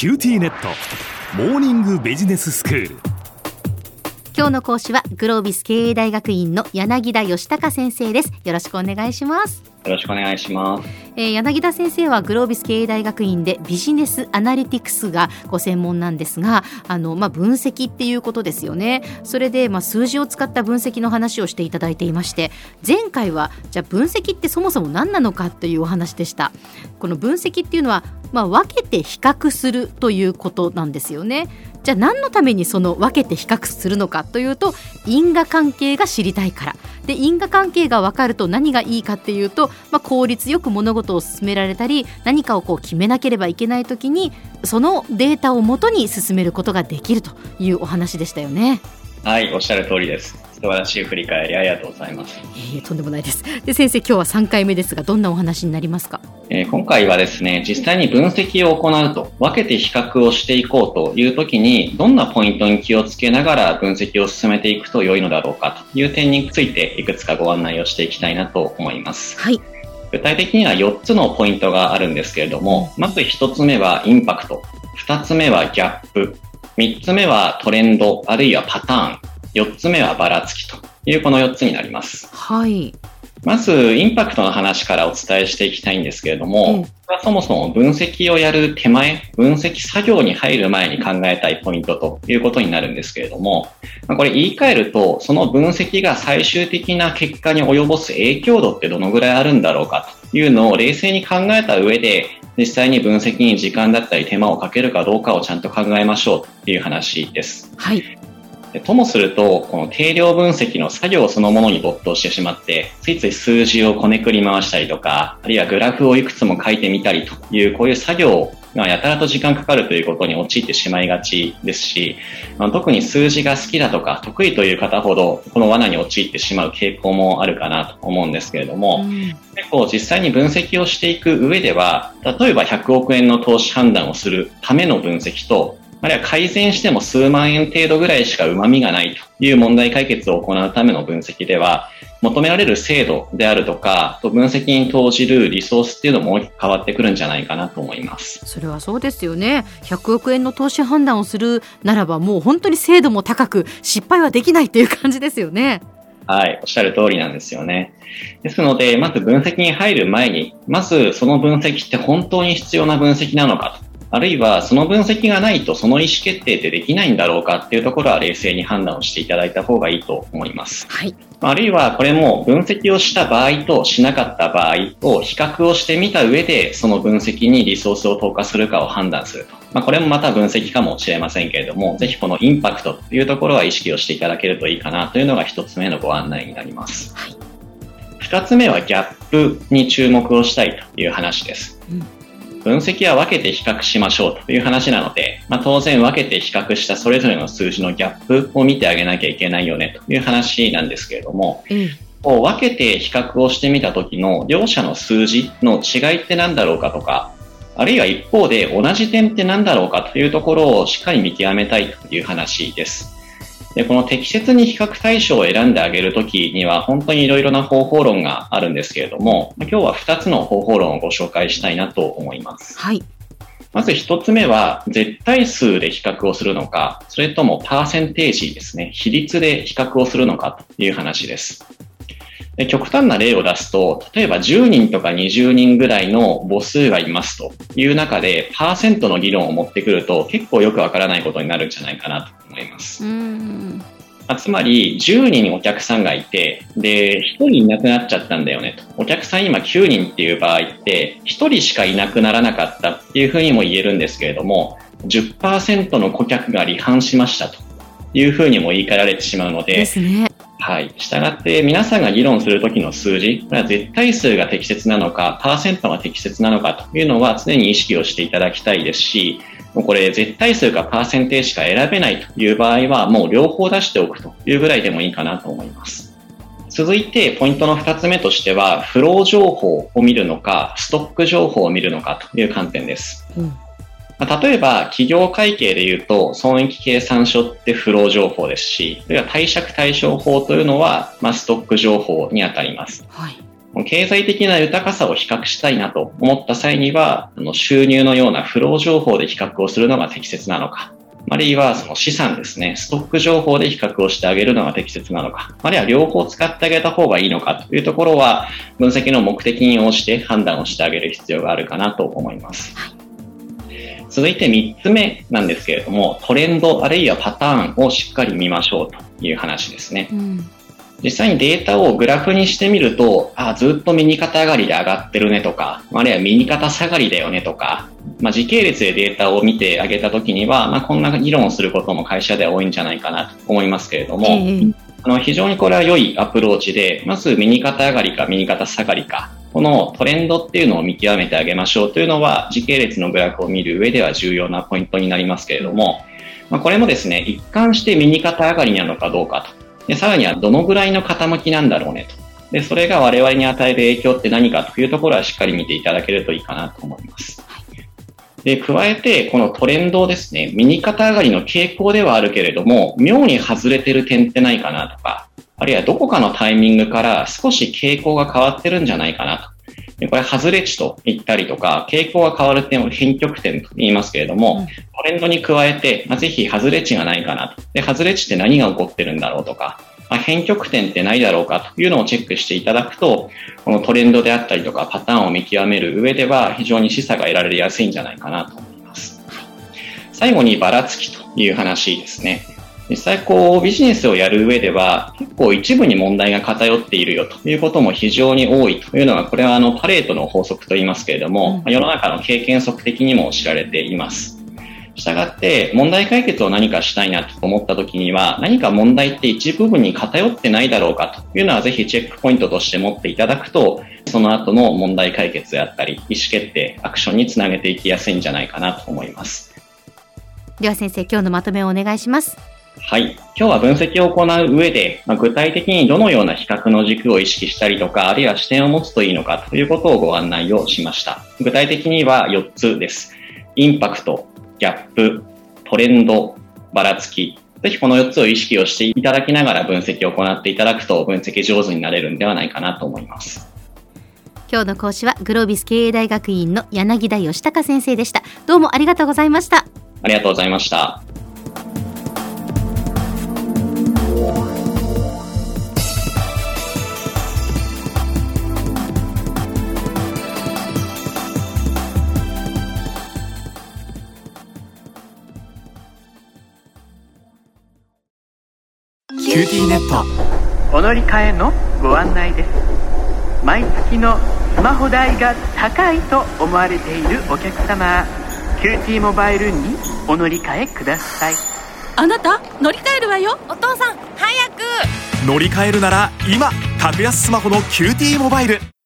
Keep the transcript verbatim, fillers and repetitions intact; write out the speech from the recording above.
キューティーネットモーニングビジネススクール。 今日の講師はグロービス経営大学院の柳田義孝先生です。よろしくお願いします。 よろしくお願いします。 えー、柳田先生はグロービス経営大学院でビジネスアナリティクスがご専門なんですが、あの、まあ、分析っていうことですよね。それで、まあ、数字を使った分析の話をしていただいていまして、前回はじゃあ分析ってそもそも何なのかというお話でした。この分析っていうのは、まあ、分けて比較するということなんですよね。じゃあ何のためにその分けて比較するのかというと、因果関係が知りたいからで、因果関係が分かると何がいいかっていうと、まあ、効率よく物事を進められたり、何かをこう決めなければいけないときにそのデータをもとに進めることができるというお話でしたよね。 はい、おっしゃる通りです。素晴らしい振り返りありがとうございます。 えー、とんでもないです。で、先生、今日はさんかいめですが、どんなお話になりますか？ えー、今回はですね、実際に分析を行うと、分けて比較をしていこうというときに、どんなポイントに気をつけながら分析を進めていくと良いのだろうかという点について、いくつかご案内をしていきたいなと思います。 はい。 具体的にはよっつのポイントがあるんですけれども、まずひとつめはインパクト、ふたつめはギャップ、みっつめはトレンドあるいはパターン、よっつめはばらつきというこのよっつになります。 はい。 まずインパクトの話からお伝えしていきたいんですけれども、うん、そもそも分析をやる手前、分析作業に入る前に考えたいポイントということになるんですけれども、これ言い換えると、その分析が最終的な結果に及ぼす影響度ってどのぐらいあるんだろうかというのを冷静に考えた上で、実際に分析に時間だったり手間をかけるかどうかをちゃんと考えましょうという話です。 はい。 ともすると、この定量分析の作業そのものに没頭してしまって、ついつい数字をこねくり回したりとか、あるいはグラフをいくつも書いてみたりという、こういう作業がやたらと時間かかるということに陥ってしまいがちですし、特に数字が好きだとか得意という方ほど、この罠に陥ってしまう傾向もあるかなと思うんですけれども、うん、結構実際に分析をしていく上では、例えばひゃくおくえんの投資判断をするための分析と、あるいは改善しても数万円程度ぐらいしか旨味がないという問題解決を行うための分析では、求められる精度であるとか、分析に投じるリソースっていうのも大きく変わってくるんじゃないかなと思います。 それはそうですよね。ひゃくおくえんの投資判断をするならば、もう本当に精度も高く失敗はできないという感じですよね。 はい、おっしゃる通りなんですよね。ですので、まず分析に入る前に、まずその分析って本当に必要な分析なのかと。あるいはその分析がないとその意思決定ってできないんだろうかっていうところは冷静に判断をしていただいた方がいいと思います。 はい。あるいはこれも分析をした場合としなかった場合を比較をしてみた上でその分析にリソースを投下するかを判断すると。まあ、これもまた分析かもしれませんけれども、ぜひこのインパクトというところは意識をしていただけるといいかなというのが一つ目のご案内になります。 はい。 二つ目はギャップに注目をしたいという話です。うん、分析は分けて比較しましょうという話なので、まあ、当然分けて比較したそれぞれの数字のギャップを見てあげなきゃいけないよねという話なんですけれども、うん、こう分けて比較をしてみた時の両者の数字の違いって何だろうかとか、あるいは一方で同じ点って何だろうかというところをしっかり見極めたいという話です。で、この適切に比較対象を選んであげるときには本当にいろいろな方法論があるんですけれども、今日はふたつの方法論をご紹介したいなと思います。 はい。 まずひとつめは絶対数で比較をするのか、それともパーセンテージですね、比率で比較をするのかという話です。で、極端な例を出すと、例えばじゅうにんとかにじゅうにんぐらいの母数がいますという中で、パーセントの議論を持ってくると結構よくわからないことになるんじゃないかなと思います。 うーん、 つまりじゅうにんお客さんがいて、で、ひとりいなくなっちゃったんだよねと。お客さん今きゅうにんっていう場合って、ひとりしかいなくならなかったっていうふうにも言えるんですけれども、じゅっパーセント の顧客が離反しましたというふうにも言い換えられてしまうので、 ですね。 はい。したがって皆さんが議論するときの数字、これは絶対数が適切なのか、パーセントが適切なのかというのは常に意識をしていただきたいですし、もうこれ絶対数かパーセンテージしか選べないという場合はもう両方出しておくというぐらいでもいいかなと思います。続いてポイントのふたつめとしては、フロー情報を見るのか、ストック情報を見るのかという観点です。うん、例えば企業会計でいうと損益計算書ってフロー情報ですし、それから貸借対照法というのは、まあ、ストック情報にあたります。 はい、 経済的な豊かさを比較したいなと思った際には、あの収入のようなフロー情報で比較をするのが適切なのか、あるいはその資産ですね、ストック情報で比較をしてあげるのが適切なのか、あるいは両方使ってあげた方がいいのかというところは、分析の目的に応じて判断をしてあげる必要があるかなと思います。続いてみっつめなんですけれども、トレンドあるいはパターンをしっかり見ましょうという話ですね。うん、実際にデータをグラフにしてみると、あ、ずっと右肩上がりで上がってるねとか、あるいは右肩下がりだよねとか、まあ、時系列でデータを見てあげたときには、まあ、こんな議論をすることも会社では多いんじゃないかなと思いますけれども、えー、あの非常にこれは良いアプローチで、まず右肩上がりか右肩下がりか、このトレンドっていうのを見極めてあげましょうというのは、時系列のグラフを見る上では重要なポイントになりますけれども、まあ、これもですね、一貫して右肩上がりなのかどうかと。で、さらにはどのぐらいの傾きなんだろうねと。で、それが我々に与える影響って何かというところはしっかり見ていただけるといいかなと思います。で、加えて、このトレンドをですね、右肩上がりの傾向ではあるけれども、妙に外れてる点ってないかなとか、あるいはどこかのタイミングから少し傾向が変わってるんじゃないかなと。でこれ、外れ値と言ったりとか、傾向が変わる点を変極点と言いますけれども、うん、トレンドに加えて、まあ、ぜひ外れ値がないかなと。で、外れ値って何が起こってるんだろうとか、まあ、変極点ってないだろうかというのをチェックしていただくと、このトレンドであったりとかパターンを見極める上では非常に示唆が得られやすいんじゃないかなと思います。最後にばらつきという話ですね。実際こうビジネスをやる上では結構一部に問題が偏っているよということも非常に多いというのが、これはあのパレートの法則と言いますけれども、うん、世の中の経験則的にも知られています。したがって問題解決を何かしたいなと思った時には、何か問題って一部分に偏ってないだろうかというのはぜひチェックポイントとして持っていただくと、その後の問題解決であったり意思決定、アクションにつなげていきやすいんじゃないかなと思います。 では先生、今日のまとめをお願いします。 はい。今日は分析を行う上で、まあ、具体的にどのような比較の軸を意識したりとか、あるいは視点を持つといいのかということをご案内をしました。具体的にはよっつです。インパクト、ギャップ、トレンド、ばらつき。ぜひこのよっつを意識をしていただきながら分析を行っていただくと、分析上手になれるんではないかなと思います。 今日の講師はグロービス経営大学院の柳田義孝先生でした。どうもありがとうございました。 ありがとうございました。 キューティーネットお乗り換えのご案内です。毎月のスマホ代が高いと思われているお客様、キューティーモバイルにお乗り換えください。 あなた乗り換えるわよ。 お父さん早く。 乗り換えるなら今、格安スマホの キューティーモバイル。